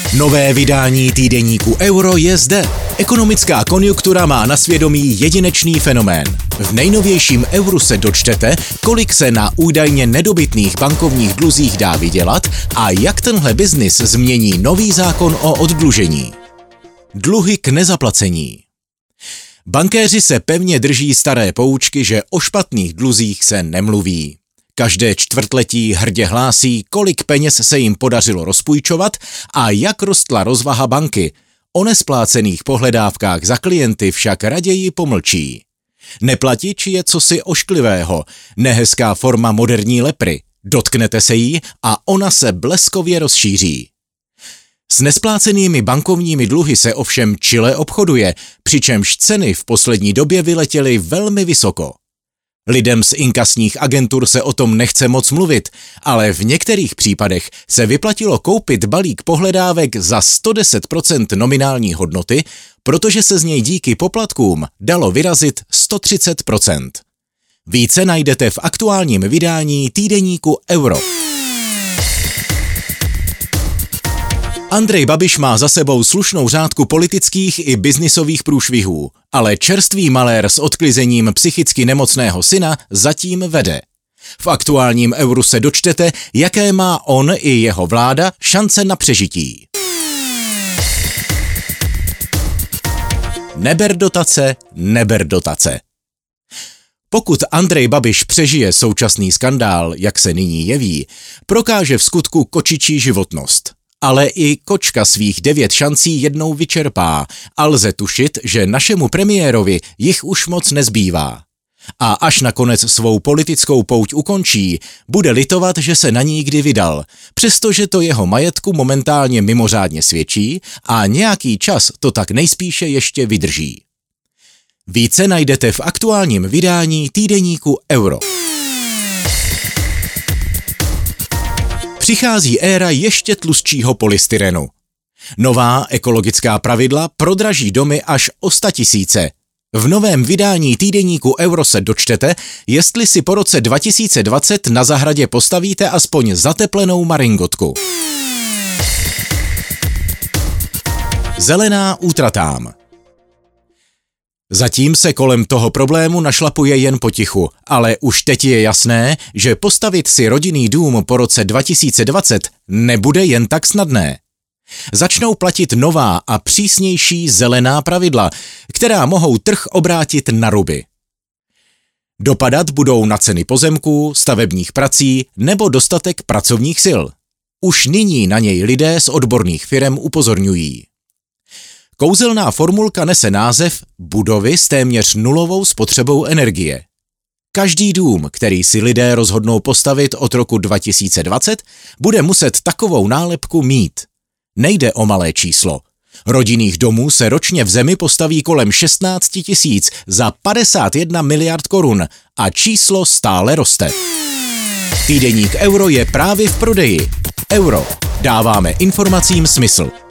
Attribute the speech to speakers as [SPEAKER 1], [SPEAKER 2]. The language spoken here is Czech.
[SPEAKER 1] Nové vydání týdeníku Euro je zde. Ekonomická konjunktura má na svědomí jedinečný fenomén. V nejnovějším Euru se dočtete, kolik se na údajně nedobytných bankovních dluzích dá vydělat a jak tenhle biznis změní nový zákon o oddlužení. Dluhy k nezaplacení. Bankéři se pevně drží staré poučky, že o špatných dluzích se nemluví. Každé čtvrtletí hrdě hlásí, kolik peněz se jim podařilo rozpůjčovat a jak rostla rozvaha banky. O nesplácených pohledávkách za klienty však raději pomlčí. Neplatič je cosi ošklivého, nehezká forma moderní lepry. Dotknete se jí a ona se bleskově rozšíří. S nesplácenými bankovními dluhy se ovšem čile obchoduje, přičemž ceny v poslední době vyletěly velmi vysoko. Lidem z inkasních agentur se o tom nechce moc mluvit, ale v některých případech se vyplatilo koupit balík pohledávek za 110% nominální hodnoty, protože se z něj díky poplatkům dalo vyrazit 130%. Více najdete v aktuálním vydání týdeníku Euro. Andrej Babiš má za sebou slušnou řádku politických i biznisových průšvihů, ale čerstvý malér s odklizením psychicky nemocného syna zatím vede. V aktuálním Euru se dočtete, jaké má on i jeho vláda šance na přežití. Neber dotace, neber dotace. Pokud Andrej Babiš přežije současný skandál, jak se nyní jeví, prokáže v skutku kočičí životnost. Ale i kočka svých 9 šancí jednou vyčerpá a lze tušit, že našemu premiérovi jich už moc nezbývá. A až nakonec svou politickou pouť ukončí, bude litovat, že se na ní kdy vydal, přestože to jeho majetku momentálně mimořádně svědčí a nějaký čas to tak nejspíše ještě vydrží. Více najdete v aktuálním vydání týdeníku Euro. Přichází éra ještě tlustšího polystyrenu. Nová ekologická pravidla prodraží domy až o 100 000. V novém vydání týdeníku Euro se dočtete, jestli si po roce 2020 na zahradě postavíte aspoň zateplenou maringotku. Zelená útratám. Zatím se kolem toho problému našlapuje jen potichu, ale už teď je jasné, že postavit si rodinný dům po roce 2020 nebude jen tak snadné. Začnou platit nová a přísnější zelená pravidla, která mohou trh obrátit na ruby. Dopadat budou na ceny pozemků, stavebních prací nebo dostatek pracovních sil. Už nyní na něj lidé z odborných firem upozorňují. Kouzelná formulka nese název budovy s téměř nulovou spotřebou energie. Každý dům, který si lidé rozhodnou postavit od roku 2020, bude muset takovou nálepku mít. Nejde o malé číslo. Rodinných domů se ročně v zemi postaví kolem 16 000 za 51 miliard korun a číslo stále roste. Týdeník Euro je právě v prodeji. Euro. Dáváme informacím smysl.